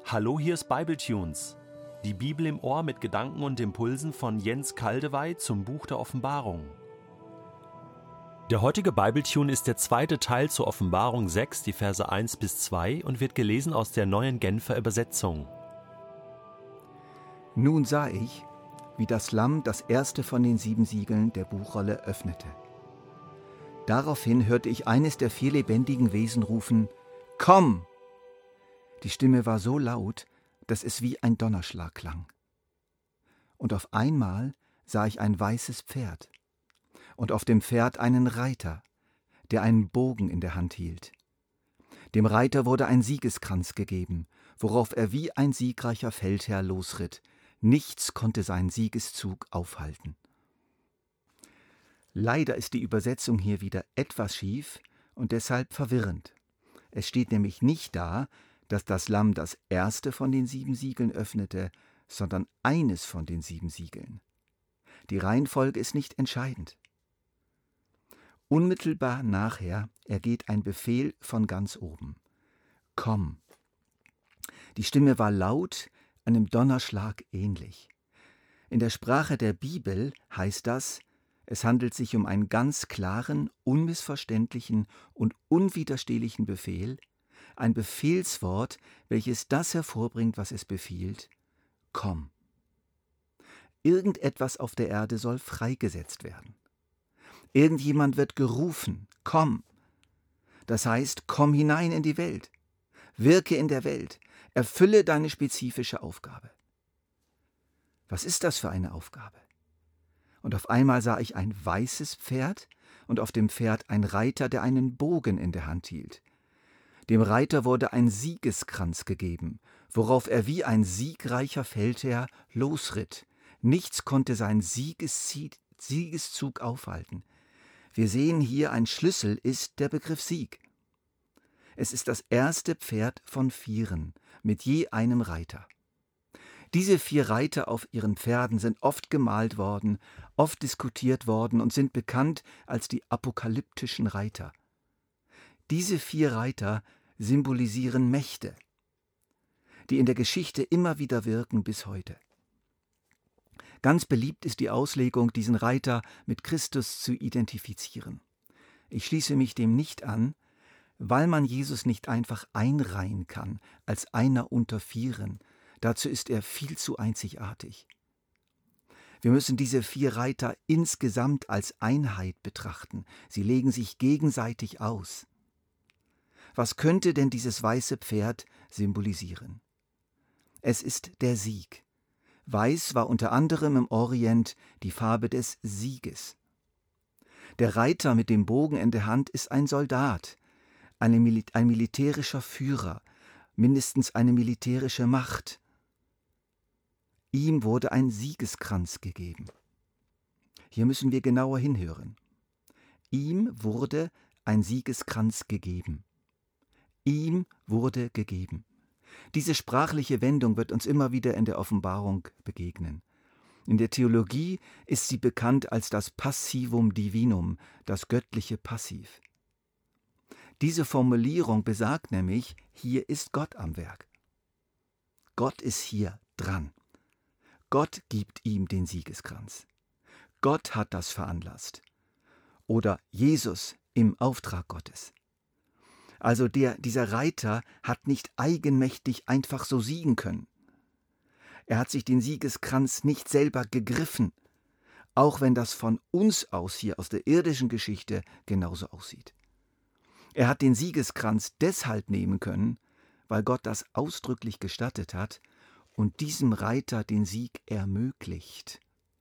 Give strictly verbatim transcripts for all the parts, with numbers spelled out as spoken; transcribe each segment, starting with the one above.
Hallo, hier ist Bibletunes, die Bibel im Ohr mit Gedanken und Impulsen von Jens Kaldewey zum Buch der Offenbarung. Der heutige Bibletune ist der zweite Teil zur Offenbarung sechs, die Verse eins bis zwei und wird gelesen aus der neuen Genfer Übersetzung. Nun sah ich, wie das Lamm das erste von den sieben Siegeln der Buchrolle öffnete. Daraufhin hörte ich eines der vier lebendigen Wesen rufen: »Komm!« Die Stimme war so laut, dass es wie ein Donnerschlag klang. Und auf einmal sah ich ein weißes Pferd und auf dem Pferd einen Reiter, der einen Bogen in der Hand hielt. Dem Reiter wurde ein Siegeskranz gegeben, worauf er wie ein siegreicher Feldherr losritt. Nichts konnte seinen Siegeszug aufhalten. Leider ist die Übersetzung hier wieder etwas schief und deshalb verwirrend. Es steht nämlich nicht da, dass das Lamm das erste von den sieben Siegeln öffnete, sondern eines von den sieben Siegeln. Die Reihenfolge ist nicht entscheidend. Unmittelbar nachher ergeht ein Befehl von ganz oben: »Komm!« Die Stimme war laut, einem Donnerschlag ähnlich. In der Sprache der Bibel heißt das, es handelt sich um einen ganz klaren, unmissverständlichen und unwiderstehlichen Befehl, ein Befehlswort, welches das hervorbringt, was es befiehlt: Komm. Irgendetwas auf der Erde soll freigesetzt werden. Irgendjemand wird gerufen: Komm. Das heißt, komm hinein in die Welt. Wirke in der Welt. Erfülle deine spezifische Aufgabe. Was ist das für eine Aufgabe? Und auf einmal sah ich ein weißes Pferd und auf dem Pferd ein Reiter, der einen Bogen in der Hand hielt. Dem Reiter wurde ein Siegeskranz gegeben, worauf er wie ein siegreicher Feldherr losritt. Nichts konnte seinen Siegeszug aufhalten. Wir sehen hier, ein Schlüssel ist der Begriff Sieg. Es ist das erste Pferd von vieren, mit je einem Reiter. Diese vier Reiter auf ihren Pferden sind oft gemalt worden, oft diskutiert worden und sind bekannt als die apokalyptischen Reiter. Diese vier Reiter symbolisieren Mächte, die in der Geschichte immer wieder wirken bis heute. Ganz beliebt ist die Auslegung, diesen Reiter mit Christus zu identifizieren. Ich schließe mich dem nicht an, weil man Jesus nicht einfach einreihen kann als einer unter vieren. Dazu ist er viel zu einzigartig. Wir müssen diese vier Reiter insgesamt als Einheit betrachten. Sie legen sich gegenseitig aus. Was könnte denn dieses weiße Pferd symbolisieren? Es ist der Sieg. Weiß war unter anderem im Orient die Farbe des Sieges. Der Reiter mit dem Bogen in der Hand ist ein Soldat, eine Mil- ein militärischer Führer, mindestens eine militärische Macht. Ihm wurde ein Siegeskranz gegeben. Hier müssen wir genauer hinhören. Ihm wurde ein Siegeskranz gegeben. Ihm wurde gegeben. Diese sprachliche Wendung wird uns immer wieder in der Offenbarung begegnen. In der Theologie ist sie bekannt als das Passivum Divinum, das göttliche Passiv. Diese Formulierung besagt nämlich, hier ist Gott am Werk. Gott ist hier dran. Gott gibt ihm den Siegeskranz. Gott hat das veranlasst. Oder Jesus im Auftrag Gottes. Also der, dieser Reiter hat nicht eigenmächtig einfach so siegen können. Er hat sich den Siegeskranz nicht selber gegriffen, auch wenn das von uns aus hier aus der irdischen Geschichte genauso aussieht. Er hat den Siegeskranz deshalb nehmen können, weil Gott das ausdrücklich gestattet hat und diesem Reiter den Sieg ermöglicht.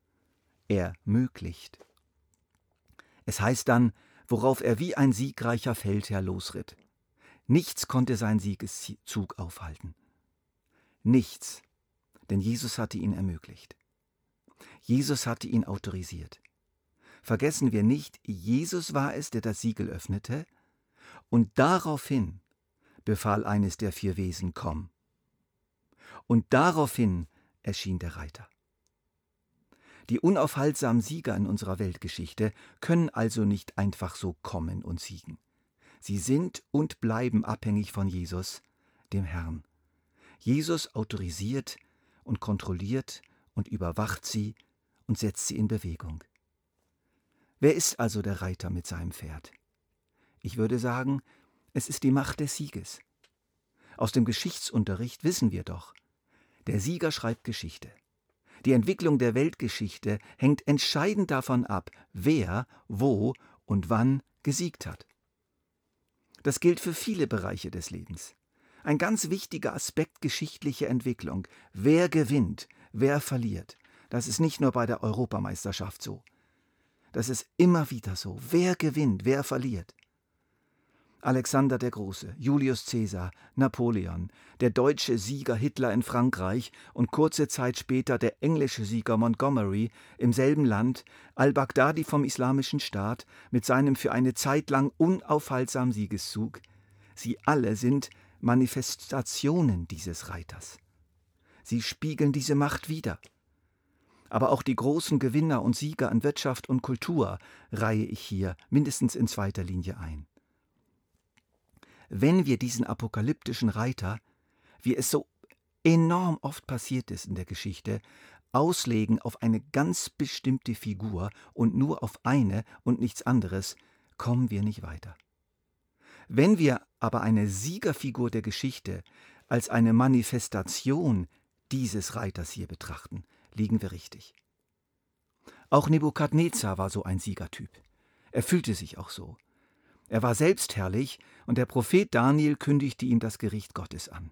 Ermöglicht. Es heißt dann, worauf er wie ein siegreicher Feldherr losritt. Nichts konnte seinen Siegeszug aufhalten. Nichts, denn Jesus hatte ihn ermöglicht. Jesus hatte ihn autorisiert. Vergessen wir nicht, Jesus war es, der das Siegel öffnete, und daraufhin befahl eines der vier Wesen: Komm. Und daraufhin erschien der Reiter. Die unaufhaltsamen Sieger in unserer Weltgeschichte können also nicht einfach so kommen und siegen. Sie sind und bleiben abhängig von Jesus, dem Herrn. Jesus autorisiert und kontrolliert und überwacht sie und setzt sie in Bewegung. Wer ist also der Reiter mit seinem Pferd? Ich würde sagen, es ist die Macht des Sieges. Aus dem Geschichtsunterricht wissen wir doch, der Sieger schreibt Geschichte. Die Entwicklung der Weltgeschichte hängt entscheidend davon ab, wer, wo und wann gesiegt hat. Das gilt für viele Bereiche des Lebens. Ein ganz wichtiger Aspekt geschichtlicher Entwicklung. Wer gewinnt, wer verliert. Das ist nicht nur bei der Europameisterschaft so. Das ist immer wieder so. Wer gewinnt, wer verliert. Alexander der Große, Julius Caesar, Napoleon, der deutsche Sieger Hitler in Frankreich und kurze Zeit später der englische Sieger Montgomery im selben Land, al-Baghdadi vom Islamischen Staat mit seinem für eine Zeit lang unaufhaltsamen Siegeszug. Sie alle sind Manifestationen dieses Reiters. Sie spiegeln diese Macht wider. Aber auch die großen Gewinner und Sieger an Wirtschaft und Kultur reihe ich hier mindestens in zweiter Linie ein. Wenn wir diesen apokalyptischen Reiter, wie es so enorm oft passiert ist in der Geschichte, auslegen auf eine ganz bestimmte Figur und nur auf eine und nichts anderes, kommen wir nicht weiter. Wenn wir aber eine Siegerfigur der Geschichte als eine Manifestation dieses Reiters hier betrachten, liegen wir richtig. Auch Nebukadnezar war so ein Siegertyp. Er fühlte sich auch so. Er war selbstherrlich und der Prophet Daniel kündigte ihm das Gericht Gottes an.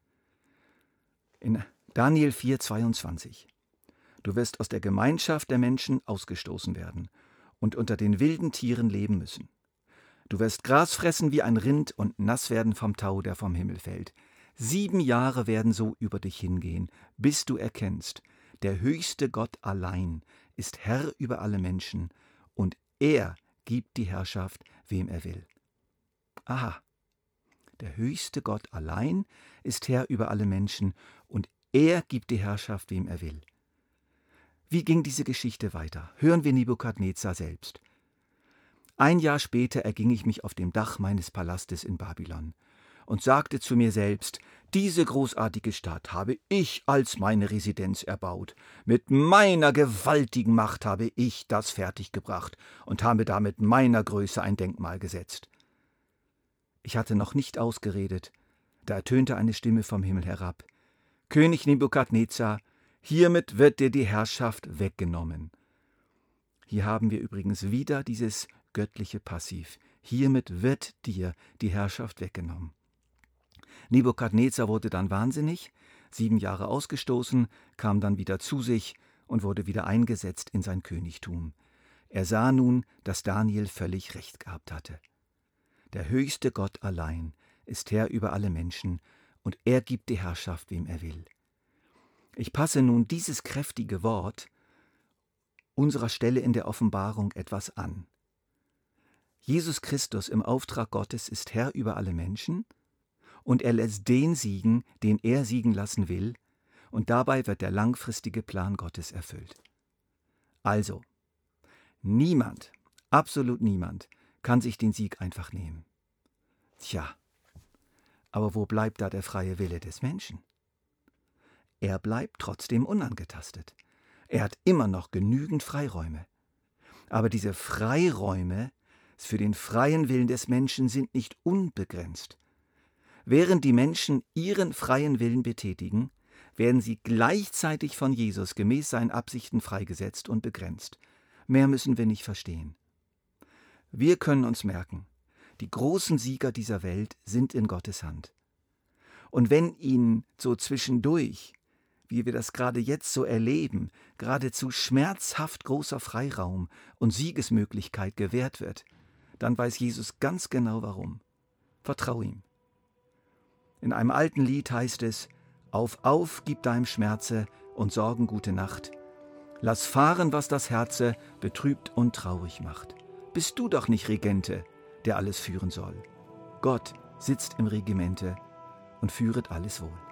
In Daniel vier zweiundzwanzig: Du wirst aus der Gemeinschaft der Menschen ausgestoßen werden und unter den wilden Tieren leben müssen. Du wirst Gras fressen wie ein Rind und nass werden vom Tau, der vom Himmel fällt. Sieben Jahre werden so über dich hingehen, bis du erkennst, der höchste Gott allein ist Herr über alle Menschen und er gibt die Herrschaft, wem er will. Aha, der höchste Gott allein ist Herr über alle Menschen und er gibt die Herrschaft, wem er will. Wie ging diese Geschichte weiter? Hören wir Nebukadnezar selbst. Ein Jahr später erging ich mich auf dem Dach meines Palastes in Babylon und sagte zu mir selbst, diese großartige Stadt habe ich als meine Residenz erbaut. Mit meiner gewaltigen Macht habe ich das fertiggebracht und habe damit meiner Größe ein Denkmal gesetzt. Ich hatte noch nicht ausgeredet, da ertönte eine Stimme vom Himmel herab. König Nebukadnezar, hiermit wird dir die Herrschaft weggenommen. Hier haben wir übrigens wieder dieses göttliche Passiv. Hiermit wird dir die Herrschaft weggenommen. Nebukadnezar wurde dann wahnsinnig, sieben Jahre ausgestoßen, kam dann wieder zu sich und wurde wieder eingesetzt in sein Königtum. Er sah nun, dass Daniel völlig recht gehabt hatte. Der höchste Gott allein ist Herr über alle Menschen und er gibt die Herrschaft, wem er will. Ich passe nun dieses kräftige Wort unserer Stelle in der Offenbarung etwas an. Jesus Christus im Auftrag Gottes ist Herr über alle Menschen und er lässt den siegen, den er siegen lassen will, und dabei wird der langfristige Plan Gottes erfüllt. Also, niemand, absolut niemand, kann sich den Sieg einfach nehmen. Tja, aber wo bleibt da der freie Wille des Menschen? Er bleibt trotzdem unangetastet. Er hat immer noch genügend Freiräume. Aber diese Freiräume für den freien Willen des Menschen sind nicht unbegrenzt. Während die Menschen ihren freien Willen betätigen, werden sie gleichzeitig von Jesus gemäß seinen Absichten freigesetzt und begrenzt. Mehr müssen wir nicht verstehen. Wir können uns merken, die großen Sieger dieser Welt sind in Gottes Hand. Und wenn ihnen so zwischendurch, wie wir das gerade jetzt so erleben, geradezu schmerzhaft großer Freiraum und Siegesmöglichkeit gewährt wird, dann weiß Jesus ganz genau warum. Vertrau ihm. In einem alten Lied heißt es, auf, auf, gib deinem Schmerze und Sorgen gute Nacht. Lass fahren, was das Herze betrübt und traurig macht. Bist du doch nicht Regente, der alles führen soll. Gott sitzt im Regimente und führet alles wohl.